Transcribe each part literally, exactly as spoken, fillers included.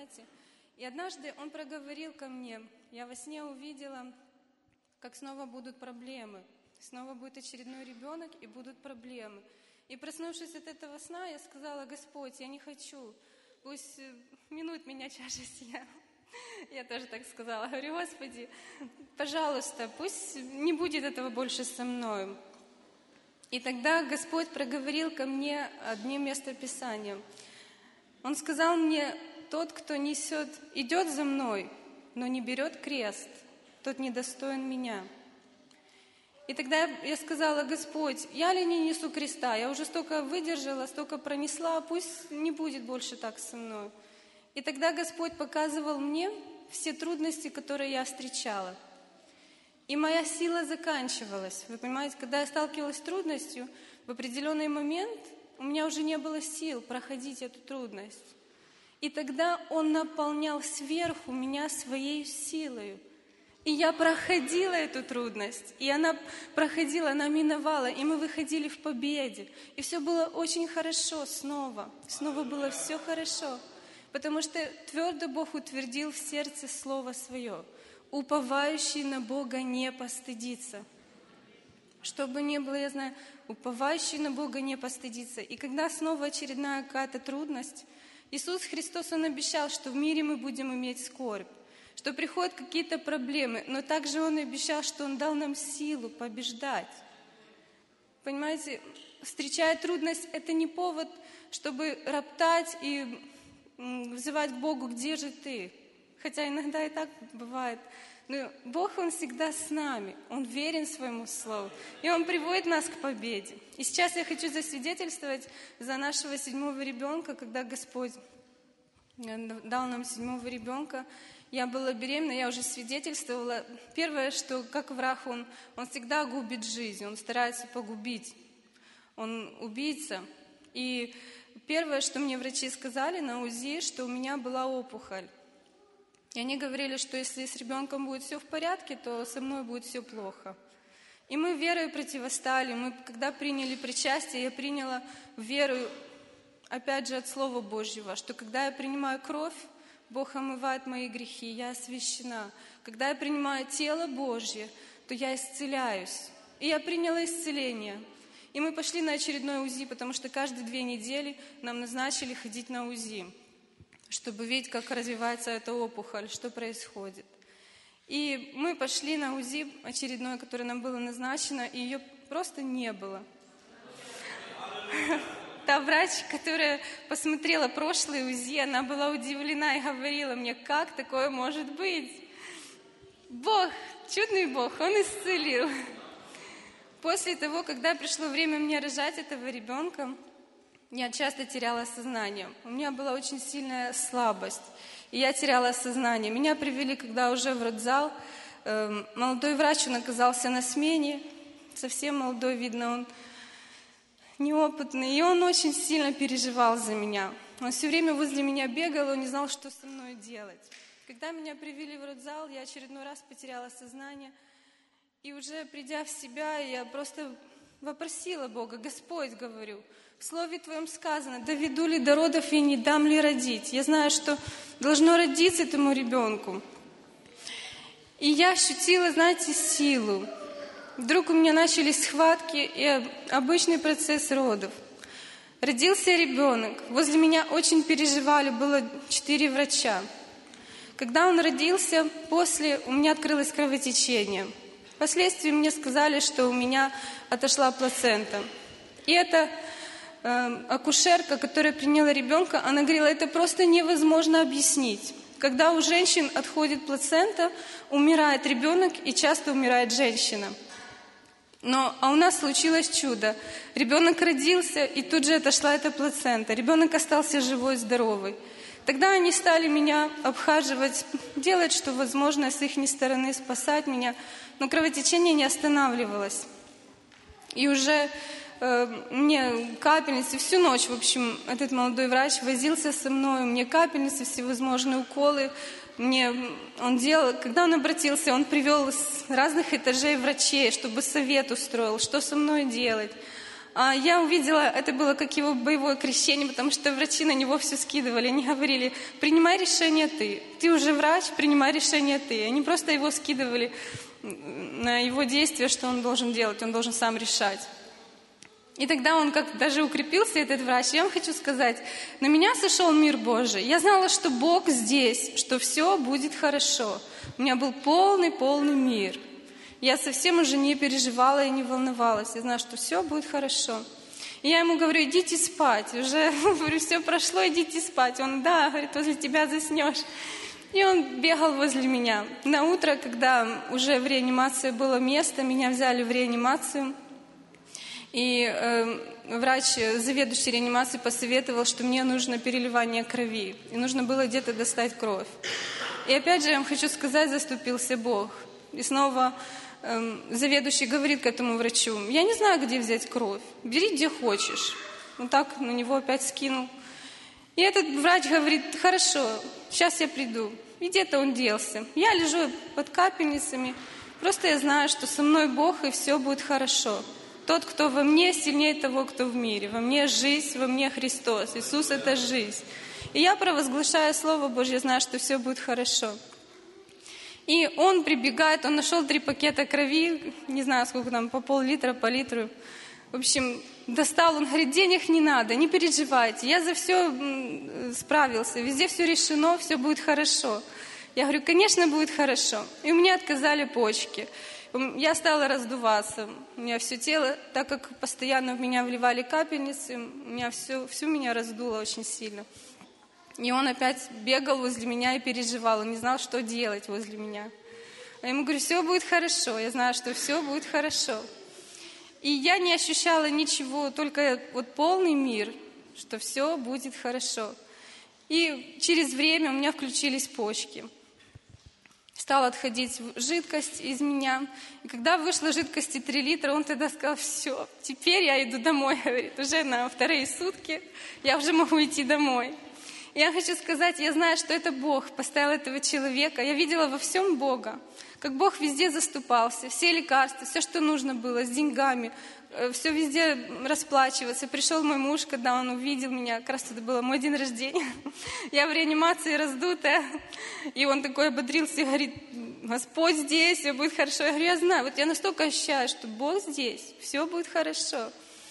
понимаете? И однажды Он проговорил ко мне, я во сне увидела, как снова будут проблемы. Снова будет очередной ребенок, и будут проблемы. И проснувшись от этого сна, я сказала: Господь, я не хочу, пусть минует меня чаша сия. Я тоже так сказала. Говорю: Господи, пожалуйста, пусть не будет этого больше со мной. И тогда Господь проговорил ко мне одним местописанием. Он сказал мне: тот, кто несет, идет за мной, но не берет крест, тот недостоин меня. И тогда я сказала: Господь, я ли не несу креста? Я уже столько выдержала, столько пронесла, пусть не будет больше так со мной. И тогда Господь показывал мне все трудности, которые я встречала. И моя сила заканчивалась. Вы понимаете, когда я сталкивалась с трудностью, в определенный момент у меня уже не было сил проходить эту трудность. И тогда Он наполнял сверху меня своей силой. И я проходила эту трудность, и она проходила, она миновала, и мы выходили в победе. И все было очень хорошо снова, снова было все хорошо, потому что твердо Бог утвердил в сердце Слово Свое: уповающий на Бога не постыдится. Что бы ни было, я знаю, уповающий на Бога не постыдится. И когда снова очередная какая-то трудность, Иисус Христос, Он обещал, что в мире мы будем иметь скорбь, что приходят какие-то проблемы, но также Он обещал, что Он дал нам силу побеждать. Понимаете, встречая трудность, это не повод, чтобы роптать и взывать к Богу: где же Ты? Хотя иногда и так бывает. Но Бог, Он всегда с нами, Он верен своему Слову, и Он приводит нас к победе. И сейчас я хочу засвидетельствовать за нашего седьмого ребенка, когда Господь дал нам седьмого ребенка. Я была беременна, я уже свидетельствовала. Первое, что как враг, он, он всегда губит жизнь, он старается погубить. Он убийца. И первое, что мне врачи сказали на УЗИ, что у меня была опухоль. И они говорили, что если с ребенком будет все в порядке, то со мной будет все плохо. И мы верой противостали. Мы, когда приняли причастие, я приняла веру, опять же, от Слова Божьего, что когда я принимаю кровь, Бог омывает мои грехи, я освящена. Когда я принимаю тело Божье, то я исцеляюсь. И я приняла исцеление. И мы пошли на очередной УЗИ, потому что каждые две недели нам назначили ходить на УЗИ, чтобы видеть, как развивается эта опухоль, что происходит. И мы пошли на УЗИ очередное, которое нам было назначено, и ее просто не было. Та врач, которая посмотрела прошлые УЗИ, она была удивлена и говорила мне: как такое может быть? Бог, чудный Бог, Он исцелил. После того, когда пришло время мне рожать этого ребенка, я часто теряла сознание. У меня была очень сильная слабость, и я теряла сознание. Меня привели, когда уже в родзал. Молодой врач, он оказался на смене, совсем молодой, видно, он неопытный, и он очень сильно переживал за меня. Он все время возле меня бегал, он не знал, что со мной делать. Когда меня привели в родзал, я очередной раз потеряла сознание, и уже придя в себя, я просто вопросила Бога: Господь, говорю, в Слове Твоем сказано: доведу ли до родов и не дам ли родить? Я знаю, что должно родиться этому ребенку. И я ощутила, знаете, силу. Вдруг у меня начались схватки и обычный процесс родов. Родился ребенок. Возле меня очень переживали, было четыре врача. Когда он родился, после у меня открылось кровотечение. Впоследствии мне сказали, что у меня отошла плацента. И эта э, акушерка, которая приняла ребенка, она говорила: это просто невозможно объяснить. Когда у женщин отходит плацента, умирает ребенок и часто умирает женщина. Но, а у нас случилось чудо. Ребенок родился, и тут же отошла эта плацента. Ребенок остался живой, здоровый. Тогда они стали меня обхаживать, делать, что возможно, с их стороны, спасать меня. Но кровотечение не останавливалось. И уже э, мне капельницы всю ночь, в общем, этот молодой врач возился со мной. Мне капельницы, всевозможные уколы. Мне он делал, когда он обратился, он привел с разных этажей врачей, чтобы совет устроил, что со мной делать. А я увидела, это было как его боевое крещение, потому что врачи на него все скидывали. Они говорили: принимай решение ты. Ты уже врач, принимай решение ты. Они просто его скидывали на его действия, что он должен делать, он должен сам решать. И тогда он как даже укрепился, этот врач. Я вам хочу сказать, на меня сошел мир Божий. Я знала, что Бог здесь, что все будет хорошо. У меня был полный-полный мир. Я совсем уже не переживала и не волновалась. Я знаю, что все будет хорошо. И я ему говорю: идите спать. Уже, говорю, все прошло, идите спать. Он: да, говорит, возле тебя заснешь. И он бегал возле меня. На утро, когда уже в реанимации было место, меня взяли в реанимацию. И э, врач, заведующий реанимацией, посоветовал, что мне нужно переливание крови. И нужно было где-то достать кровь. И опять же, я вам хочу сказать, заступился Бог. И снова заведующий говорит к этому врачу: я не знаю, где взять кровь, бери где хочешь. Он так на него опять скинул. И этот врач говорит: хорошо, сейчас я приду. И где-то он делся. Я лежу под капельницами, просто я знаю, что со мной Бог, и все будет хорошо. Тот, кто во мне, сильнее того, кто в мире. Во мне жизнь, во мне Христос. Иисус — это жизнь. И я провозглашаю Слово Божье, знаю, что все будет хорошо. И он прибегает, он нашел три пакета крови, не знаю, сколько там, по пол-литра, по литру. В общем, достал, он говорит: денег не надо, не переживайте, я за все справился, везде все решено, все будет хорошо. Я говорю: конечно, будет хорошо. И у меня отказали почки. Я стала раздуваться, у меня все тело, так как постоянно в меня вливали капельницы, у меня все, всю меня раздуло очень сильно. И он опять бегал возле меня и переживал, он не знал, что делать возле меня. Я ему говорю: все будет хорошо, я знаю, что все будет хорошо. И я не ощущала ничего, только вот полный мир, что все будет хорошо. И через время у меня включились почки. Стала отходить жидкость из меня. И когда вышла жидкости три литра, он тогда сказал: все, теперь я иду домой, говорит, уже на вторые сутки я уже могу идти домой. Я хочу сказать, я знаю, что это Бог поставил этого человека. Я видела во всем Бога, как Бог везде заступался, все лекарства, все, что нужно было, с деньгами, все везде расплачиваться. Пришел мой муж, когда он увидел меня, как раз это было мой день рождения. Я в реанимации раздутая, и он такой ободрился и говорит: Господь здесь, все будет хорошо. Я говорю: я знаю, вот я настолько ощущаю, что Бог здесь, все будет хорошо.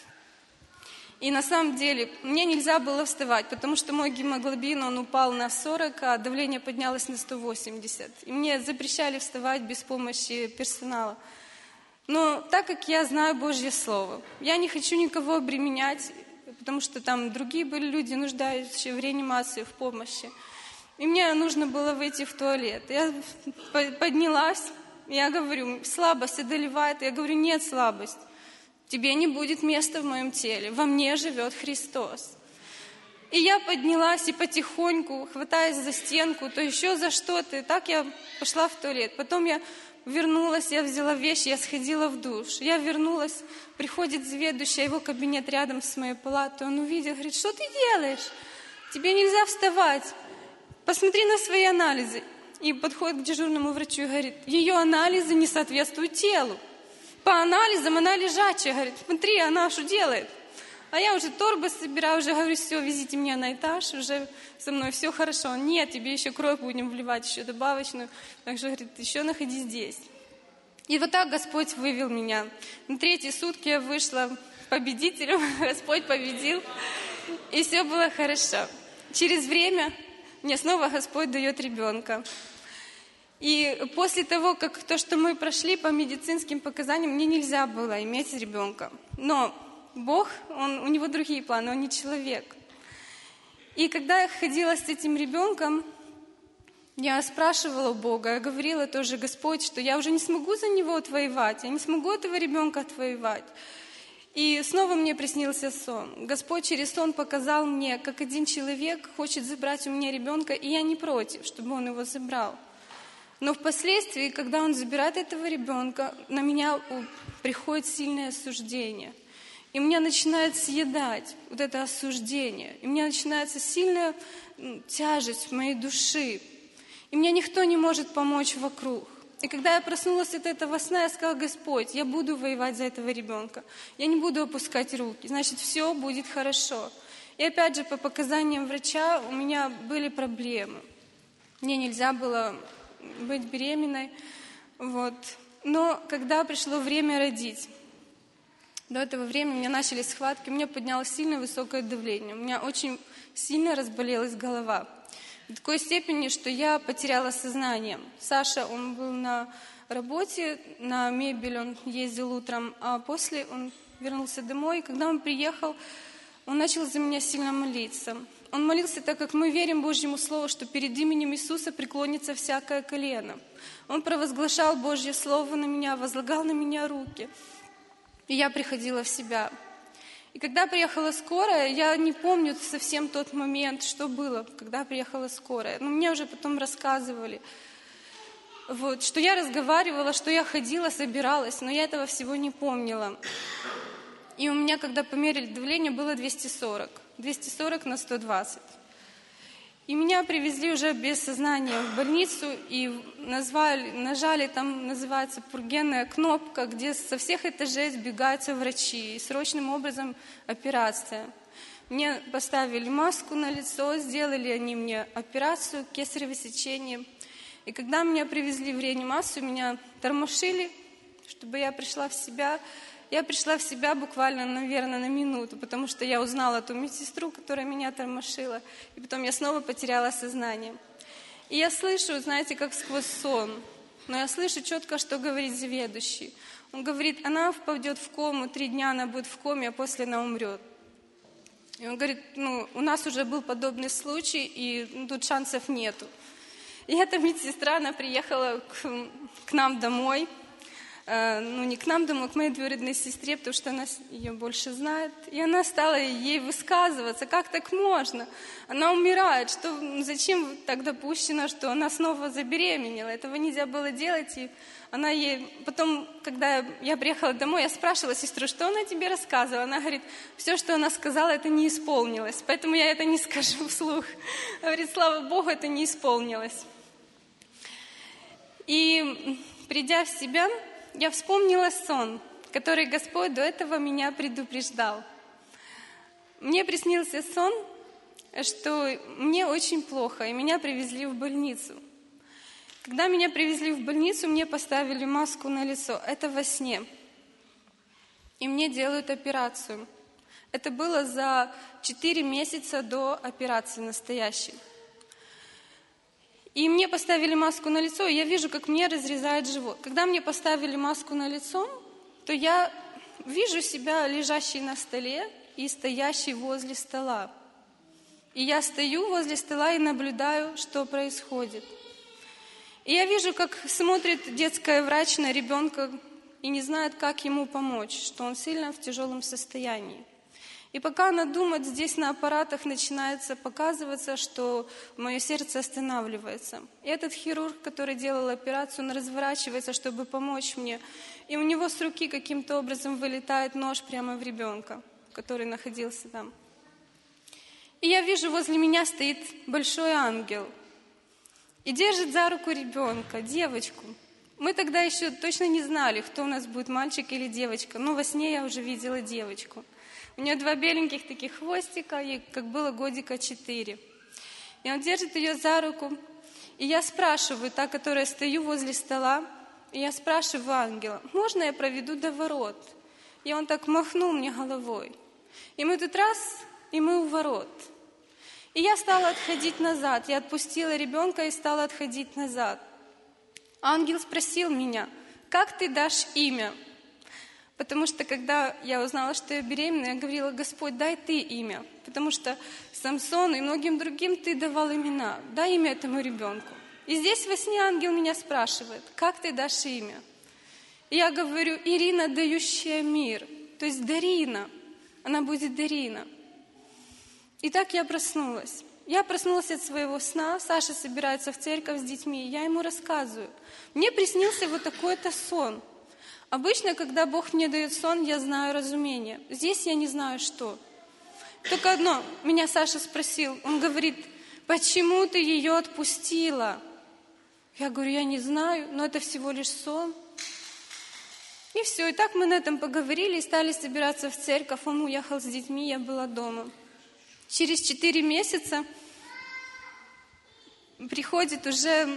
И на самом деле мне нельзя было вставать, потому что мой гемоглобин, он упал на сорок, а давление поднялось на сто восемьдесят. И мне запрещали вставать без помощи персонала. Но так как я знаю Божье Слово, я не хочу никого обременять, потому что там другие были люди, нуждающие в реанимации, в помощи. И мне нужно было выйти в туалет. Я поднялась, я говорю: слабость одолевает. Я говорю: нет, слабость. Тебе не будет места в моем теле, во мне живет Христос. И я поднялась и потихоньку, хватаясь за стенку, то еще за что-то, и так я пошла в туалет. Потом я вернулась, я взяла вещи, я сходила в душ. Я вернулась, приходит заведующий, его кабинет рядом с моей палатой. Он увидел, говорит: что ты делаешь? Тебе нельзя вставать. Посмотри на свои анализы. И подходит к дежурному врачу и говорит: ее анализы не соответствуют телу. По анализам она лежачая, говорит: смотри, она что делает? А я уже торбы собираю, уже говорю: все, везите меня на этаж, уже со мной все хорошо. Нет, тебе еще кровь будем вливать, еще добавочную. Так что, говорит, еще находись здесь. И вот так Господь вывел меня. На третьи сутки я вышла победителем, Господь победил, и все было хорошо. Через время мне снова Господь дает ребенка. И после того, как то, что мы прошли по медицинским показаниям, мне нельзя было иметь ребенка. Но Бог, он, у него другие планы, он не человек. И когда я ходила с этим ребенком, я спрашивала Бога, я говорила тоже: Господь, что я уже не смогу за него отвоевать, я не смогу этого ребенка отвоевать. И снова мне приснился сон. Господь через сон показал мне, как один человек хочет забрать у меня ребенка, и я не против, чтобы он его забрал. Но впоследствии, когда он забирает этого ребенка, на меня приходит сильное осуждение. И меня начинает съедать вот это осуждение. И у меня начинается сильная тяжесть в моей душе. И мне никто не может помочь вокруг. И когда я проснулась от этого сна, я сказала: Господь, я буду воевать за этого ребенка. Я не буду опускать руки. Значит, все будет хорошо. И опять же, по показаниям врача, у меня были проблемы. Мне нельзя было быть беременной. Вот. Но когда пришло время родить, до этого времени у меня начались схватки, у меня поднялось сильно высокое давление. У меня очень сильно разболелась голова. До такой степени, что я потеряла сознание. Саша, он был на работе, на мебель он ездил утром, а после он вернулся домой. И когда он приехал, он начал за меня сильно молиться. Он молился, так как мы верим Божьему Слову, что перед именем Иисуса преклонится всякое колено. Он провозглашал Божье Слово на меня, возлагал на меня руки. И я приходила в себя. И когда приехала скорая, я не помню совсем тот момент, что было, когда приехала скорая. Но мне уже потом рассказывали, вот, что я разговаривала, что я ходила, собиралась, но я этого всего не помнила. И у меня, когда померили давление, было двести сорок. двести сорок на сто двадцать. И меня привезли уже без сознания в больницу и назвали, нажали, там называется пургенная кнопка, где со всех этажей сбегаются врачи. И срочным образом операция. Мне поставили маску на лицо, сделали они мне операцию, кесарево сечение. И когда меня привезли в реанимацию, меня тормошили, чтобы я пришла в себя. Я пришла в себя буквально, наверное, на минуту, потому что я узнала ту медсестру, которая меня тормошила, и потом я снова потеряла сознание. И я слышу, знаете, как сквозь сон, но я слышу четко, что говорит заведующий. Он говорит: она впадет в кому, три дня она будет в коме, а после она умрет. И он говорит: ну, у нас уже был подобный случай, и ну, тут шансов нету. И эта медсестра, она приехала к, к нам домой, ну, не к нам домой, а к моей двоюродной сестре, потому что она ее больше знает. И она стала ей высказываться: как так можно? Она умирает, что, зачем так допущено, что она снова забеременела? Этого нельзя было делать. И она ей... Потом, когда я приехала домой, я спрашивала сестру: что она тебе рассказывала? Она говорит: все, что она сказала, это не исполнилось, поэтому я это не скажу вслух. Говорит: слава Богу, это не исполнилось. И придя в себя, я вспомнила сон, который Господь до этого меня предупреждал. Мне приснился сон, что мне очень плохо, и меня привезли в больницу. Когда меня привезли в больницу, мне поставили маску на лицо. Это во сне. И мне делают операцию. Это было за четыре месяца до операции настоящей. И мне поставили маску на лицо, и я вижу, как мне разрезает живот. Когда мне поставили маску на лицо, то я вижу себя лежащей на столе и стоящей возле стола. И я стою возле стола и наблюдаю, что происходит. И я вижу, как смотрит детская врач на ребенка и не знает, как ему помочь, что он сильно в тяжелом состоянии. И пока она думает, здесь на аппаратах начинается показываться, что мое сердце останавливается. И этот хирург, который делал операцию, он разворачивается, чтобы помочь мне. И у него с руки каким-то образом вылетает нож прямо в ребенка, который находился там. И я вижу, возле меня стоит большой ангел и держит за руку ребенка, девочку. Мы тогда еще точно не знали, кто у нас будет, мальчик или девочка. Но во сне я уже видела девочку. У нее два беленьких таких хвостика, ей как было годика четыре. И он держит ее за руку. И я спрашиваю, та, которая стою возле стола, и я спрашиваю ангела: можно я проведу до ворот? И он так махнул мне головой. И мы тут раз, и мы у ворот. И я стала отходить назад. Я отпустила ребенка и стала отходить назад. Ангел спросил меня: как ты дашь имя? Потому что, когда я узнала, что я беременна, я говорила: Господь, дай ты имя. Потому что Самсону и многим другим ты давал имена. Дай имя этому ребенку. И здесь во сне ангел меня спрашивает: как ты дашь имя? И я говорю: Ирина, дающая мир. То есть Дарина. Она будет Дарина. И так я проснулась. Я проснулась от своего сна. Саша собирается в церковь с детьми. Я ему рассказываю: мне приснился вот такой-то сон. Обычно, когда Бог мне дает сон, я знаю разумение. Здесь я не знаю, что. Только одно. Меня Саша спросил. Он говорит: почему ты ее отпустила? Я говорю, я не знаю, но это всего лишь сон. И все, и так мы на этом поговорили и стали собираться в церковь. Он уехал с детьми, я была дома. Через четыре месяца приходит уже,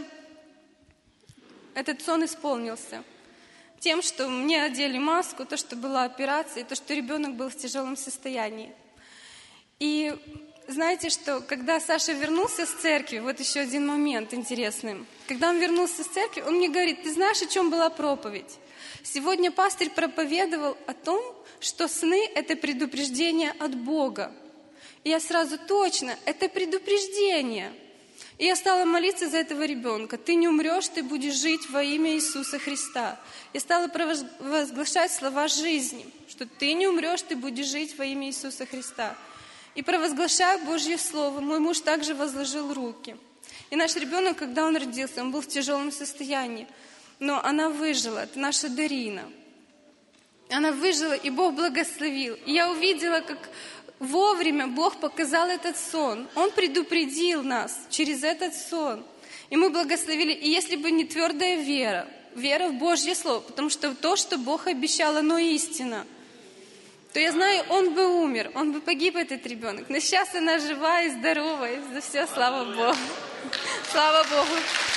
этот сон исполнился. Тем, что мне одели маску, то, что была операция, и то, что ребенок был в тяжелом состоянии. И знаете, что когда Саша вернулся с церкви, вот еще один момент интересный. Когда он вернулся с церкви, он мне говорит, ты знаешь, о чем была проповедь? Сегодня пастырь проповедовал о том, что сны – это предупреждение от Бога. И я сразу, точно, это предупреждение. И я стала молиться за этого ребенка. Ты не умрешь, ты будешь жить во имя Иисуса Христа. Я стала провозглашать слова жизни, что ты не умрешь, ты будешь жить во имя Иисуса Христа. И провозглашая Божье Слово, мой муж также возложил руки. И наш ребенок, когда он родился, он был в тяжелом состоянии. Но она выжила, это наша Дарина. Она выжила, и Бог благословил. И я увидела, как вовремя Бог показал этот сон. Он предупредил нас через этот сон. И мы благословили. И если бы не твердая вера, вера в Божье Слово, потому что то, что Бог обещал, оно истина, то я знаю, он бы умер, он бы погиб, этот ребенок. Но сейчас она жива и здорова, и за все слава Богу. Слава Богу.